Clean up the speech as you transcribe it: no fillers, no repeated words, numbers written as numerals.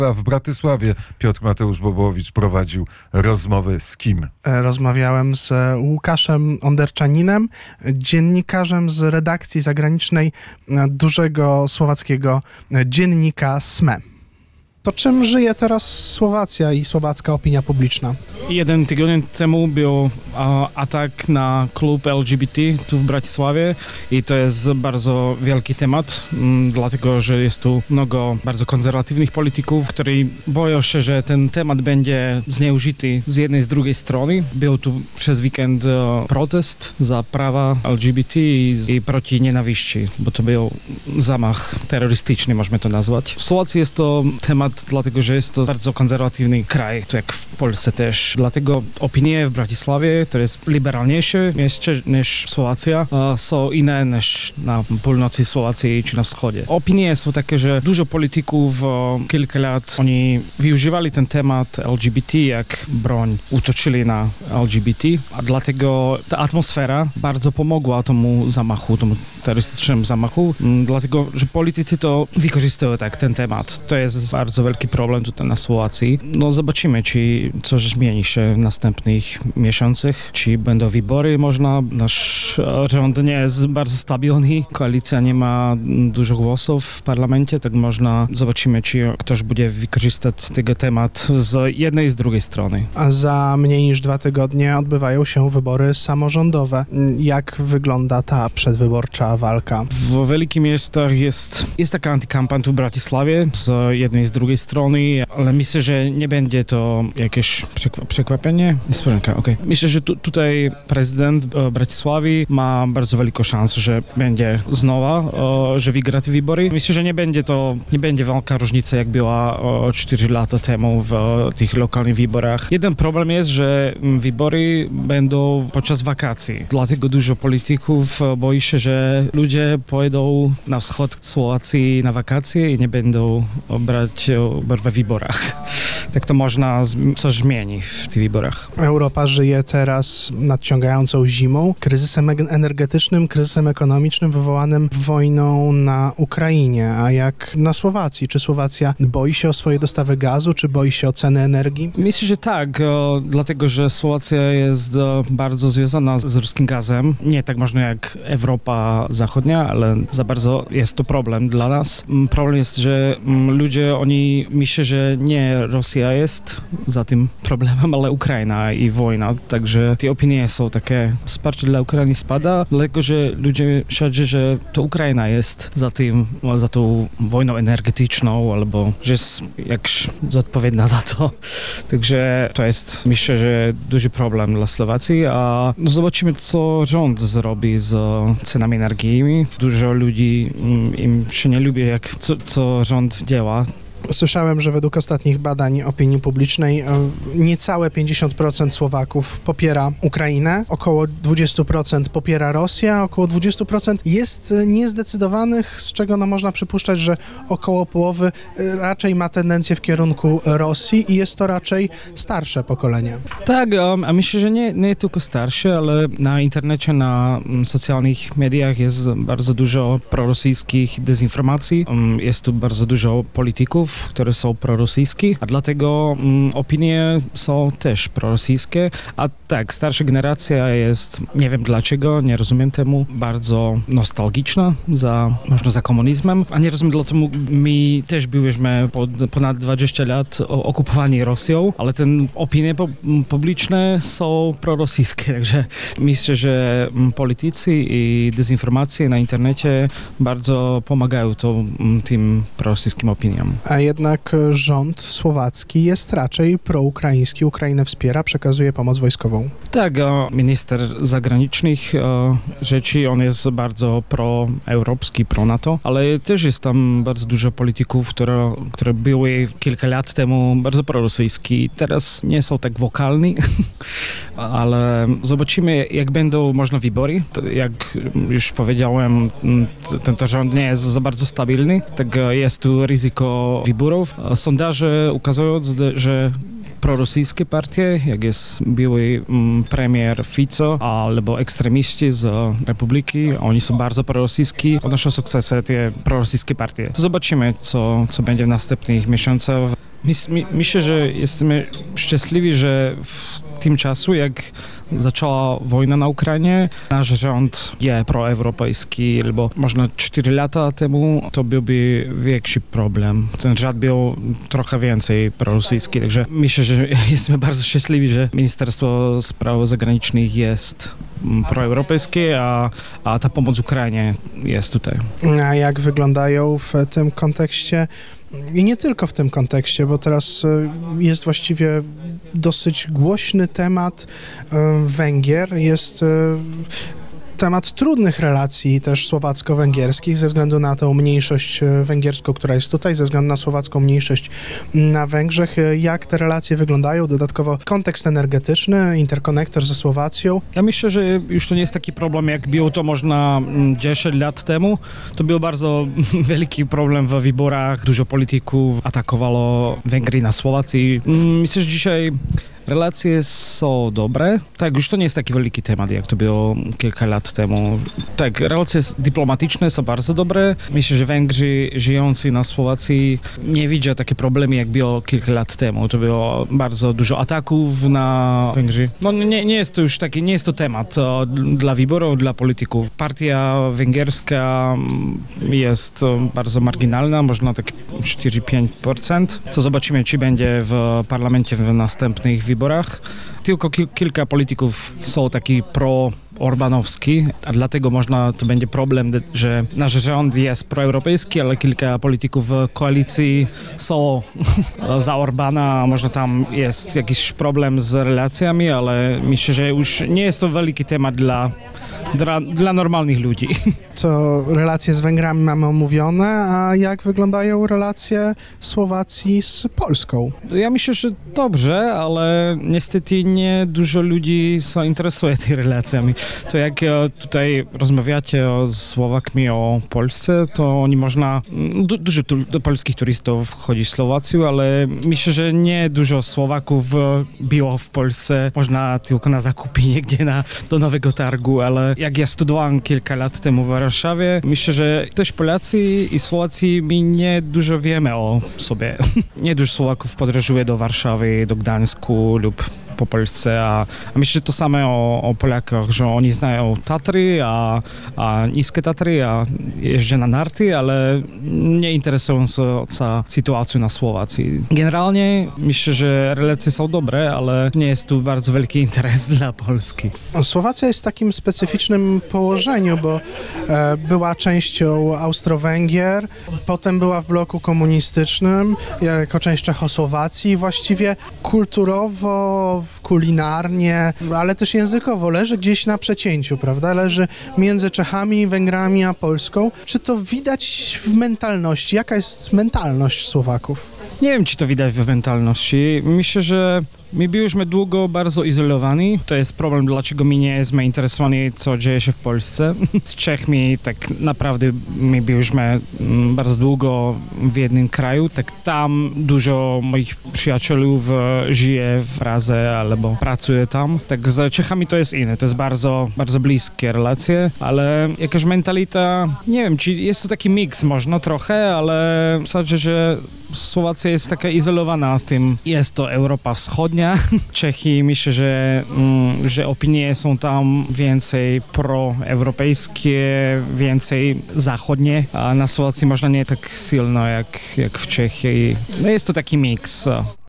A w Bratysławie Piotr Mateusz Bobołowicz prowadził rozmowę z kim? Rozmawiałem z Łukaszem Onderczaninem, dziennikarzem z redakcji zagranicznej dużego słowackiego dziennika SME. To czym żyje teraz Słowacja i słowacka opinia publiczna? Jeden tydzień temu był atak na klub LGBT tu w Bratysławie i to jest bardzo wielki temat, dlatego że jest tu mnogo bardzo konserwatywnych polityków, którzy boją się, że ten temat będzie zneużyty z jednej i z drugiej strony. Był tu przez weekend protest za prawa LGBT i proti nienawiści, bo to był zamach terrorystyczny, możemy to nazwać. W Słowacji jest to temat dlatego, że jest to bardzo konserwatywny kraj, tak jak w Polsce też. Dlatego opinie w Bratysławie, które jest liberalniejsze niż Słowacja, są inne niż na północy Słowacji czy na wschodzie. Opinie są takie, że dużo polityków kilka lat oni wyużywali ten temat LGBT jak broń, utoczyli na LGBT, a dlatego ta atmosfera bardzo pomogła temu zamachu, temu terrorystycznemu zamachu, dlatego, że politycy to wykorzystują tak ten temat. To jest bardzo wielki problem tutaj na Słowacji. No zobaczymy, czy coś zmieni się w następnych miesiącach, czy będą wybory można. Nasz rząd nie jest bardzo stabilny, koalicja nie ma dużo głosów w parlamencie, tak można zobaczymy, czy ktoś będzie wykorzystać tego temat z jednej i z drugiej strony. A za mniej niż 2 tygodnie odbywają się wybory samorządowe. Jak wygląda ta przedwyborcza walka? W wielkich miastach jest taka antykampania tu w Bratysławie z jednej i z drugiej strony, ale myślę, że nie będzie to jakieś przekwapienie. Okay. Myślę, że tutaj prezydent Bratysławy ma bardzo wielką szansę, że będzie znowu, że wygra te wybory. Myślę, że nie będzie wielka różnica, jak była 4 lata temu w tych lokalnych wyborach. Jeden problem jest, że wybory będą podczas wakacji. Dlatego dużo polityków boi się, że ludzie pojedą na wschód Słowacji na wakacje i nie będą brać w wyborach. Tak to można coś zmienić w tych wyborach. Europa żyje teraz nadciągającą zimą, kryzysem energetycznym, kryzysem ekonomicznym wywołanym wojną na Ukrainie. A jak na Słowacji? Czy Słowacja boi się o swoje dostawy gazu, czy boi się o ceny energii? Myślę, że tak, dlatego, że Słowacja jest bardzo związana z ruskim gazem. Nie tak można jak Europa Zachodnia, ale za bardzo jest to problem dla nas. Problem jest, że ludzie, oni myślą, że nie Rosja jest za tym problemem, ale Ukraina i wojna. Także te opinie są takie, wsparcie dla Ukrainy spada, dlatego, że ludzie sądzą, że to Ukraina jest za tą wojną energetyczną, albo że jest jakś odpowiednia za to. Także to jest, myślę, że duży problem dla Słowacji, a zobaczymy, co rząd zrobi z cenami energii. Dużo ludzi im się nie lubi, co rząd działa. Słyszałem, że według ostatnich badań opinii publicznej niecałe 50% Słowaków popiera Ukrainę, około 20% popiera Rosję, a około 20% jest niezdecydowanych, z czego można przypuszczać, że około połowy raczej ma tendencję w kierunku Rosji i jest to raczej starsze pokolenie. Tak, a myślę, że nie tylko starsze, ale na internecie, na socjalnych mediach jest bardzo dużo prorosyjskich dezinformacji, jest tu bardzo dużo polityków, które są prorosyjskie, a dlatego opinie są też prorosyjskie, a tak, starsza generacja jest, nie wiem dlaczego, nie rozumiem temu, bardzo nostalgiczna za komunizmem, a nie rozumiem, dlatego my też byliśmy ponad 20 lat okupowani Rosją, ale te opinie publiczne są prorosyjskie, także myślę, że politycy i dezinformacje na internecie bardzo pomagają tym prorosyjskim opiniom. A jednak rząd słowacki jest raczej proukraiński, Ukrainę wspiera, przekazuje pomoc wojskową. Tak, minister zagranicznych rzeczy, on jest bardzo proeuropski, pro-NATO, ale też jest tam bardzo dużo polityków, które były kilka lat temu bardzo prorosyjski. Teraz nie są tak wokalni, ale zobaczymy, jak będą można wybory. Jak już powiedziałem, ten rząd nie jest za bardzo stabilny, tak jest tu ryzyko wyborów. Sondaże ukazują, że prorosyjskie partie, jak jest były premier Fico albo ekstremiści z Republiki, oni są bardzo prorosyjski, odnoszą sukcesy te prorosyjskie partie. Zobaczymy, co będzie w następnych miesiącach. Myślę, że jesteśmy szczęśliwi, że w tym czasu, jak zaczęła wojna na Ukrainie, nasz rząd jest proeuropejski, albo można 4 lata temu to byłby większy problem. Ten rząd był trochę więcej prorosyjski, także myślę, że jesteśmy bardzo szczęśliwi, że Ministerstwo Spraw Zagranicznych jest proeuropejskie, a ta pomoc Ukrainie jest tutaj. A jak wyglądają w tym kontekście? I nie tylko w tym kontekście, bo teraz jest właściwie dosyć głośny temat Węgier. Jest temat trudnych relacji też słowacko-węgierskich ze względu na tę mniejszość węgierską, która jest tutaj, ze względu na słowacką mniejszość na Węgrzech. Jak te relacje wyglądają? Dodatkowo kontekst energetyczny, interkonektor ze Słowacją. Ja myślę, że już to nie jest taki problem, jak było to można 10 lat temu. To był bardzo wielki problem w wyborach. Dużo polityków atakowało Węgry na Słowacji. Myślę, że dzisiaj relacje są dobre. Tak, już to nie jest taki wielki temat, jak to było kilka lat temu. Tak, relacje dyplomatyczne są bardzo dobre. Myślę, że Węgrzy żyjący na Słowacji nie widzą takie problemy, jak było kilka lat temu. To było bardzo dużo ataków na Węgrzy. No nie jest to już taki, nie jest to temat dla wyborów, dla polityków. Partia węgierska jest bardzo marginalna, można tak 4-5%. To zobaczymy, czy będzie w parlamencie w następnych wyborach. Tylko kilka polityków są taki pro-orbanowski, a dlatego to będzie problem, że nasz rząd jest proeuropejski, ale kilka polityków w koalicji są za Orbana. Może tam jest jakiś problem z relacjami, ale myślę, że już nie jest to wielki temat dla normalnych ludzi. Co relacje z Węgrami mamy omówione, a jak wyglądają relacje Słowacji z Polską? Ja myślę, że dobrze, ale niestety nie dużo ludzi się interesuje tymi relacjami. To jak tutaj rozmawiacie z Słowakami o Polsce, to oni można, dużo do polskich turystów chodzi w Słowacji, ale myślę, że nie dużo Słowaków było w Polsce. Można tylko na zakupy gdzie do Nowego Targu, ale jak ja studiowałem kilka lat temu w Warszawie, myślę, że też Polacy i Słowacy my nie dużo wiemy o sobie. Nie dużo Słowaków podróżuje do Warszawy, do Gdańsku lub po Polsce, a myślę, że to samo o Polakach, że oni znają Tatry, a niskie Tatry, a jeżdżą na narty, ale nie interesują się sytuacją na Słowacji. Generalnie myślę, że relacje są dobre, ale nie jest tu bardzo wielki interes dla Polski. Słowacja jest w takim specyficznym położeniu, bo była częścią Austro-Węgier, potem była w bloku komunistycznym, jako część Czechosłowacji. Właściwie kulturowo, kulinarnie, ale też językowo leży gdzieś na przecięciu, prawda? Leży między Czechami, Węgrami a Polską. Czy to widać w mentalności? Jaka jest mentalność Słowaków? Nie wiem, czy to widać w mentalności. Myślę, że my byliśmy długo bardzo izolowani. To jest problem, dlaczego my nie jesteśmy interesowani, co dzieje się w Polsce. Z Czechmi tak naprawdę my byliśmy bardzo długo w jednym kraju. Tak tam dużo moich przyjaciół żyje w Pradze albo pracuje tam. Tak z Czechami to jest inne. To jest bardzo, bardzo bliskie relacje, ale jakaś mentalita, nie wiem, czy jest to taki miks można trochę, ale w zasadzie, że Słowacja jest taka izolowana z tym. Jest to Europa Wschodnia. Czechy, myślę, że opinie są tam więcej proeuropejskie, więcej zachodnie, a na Słowacji można nie tak silno jak w Czechii. No jest to taki miks.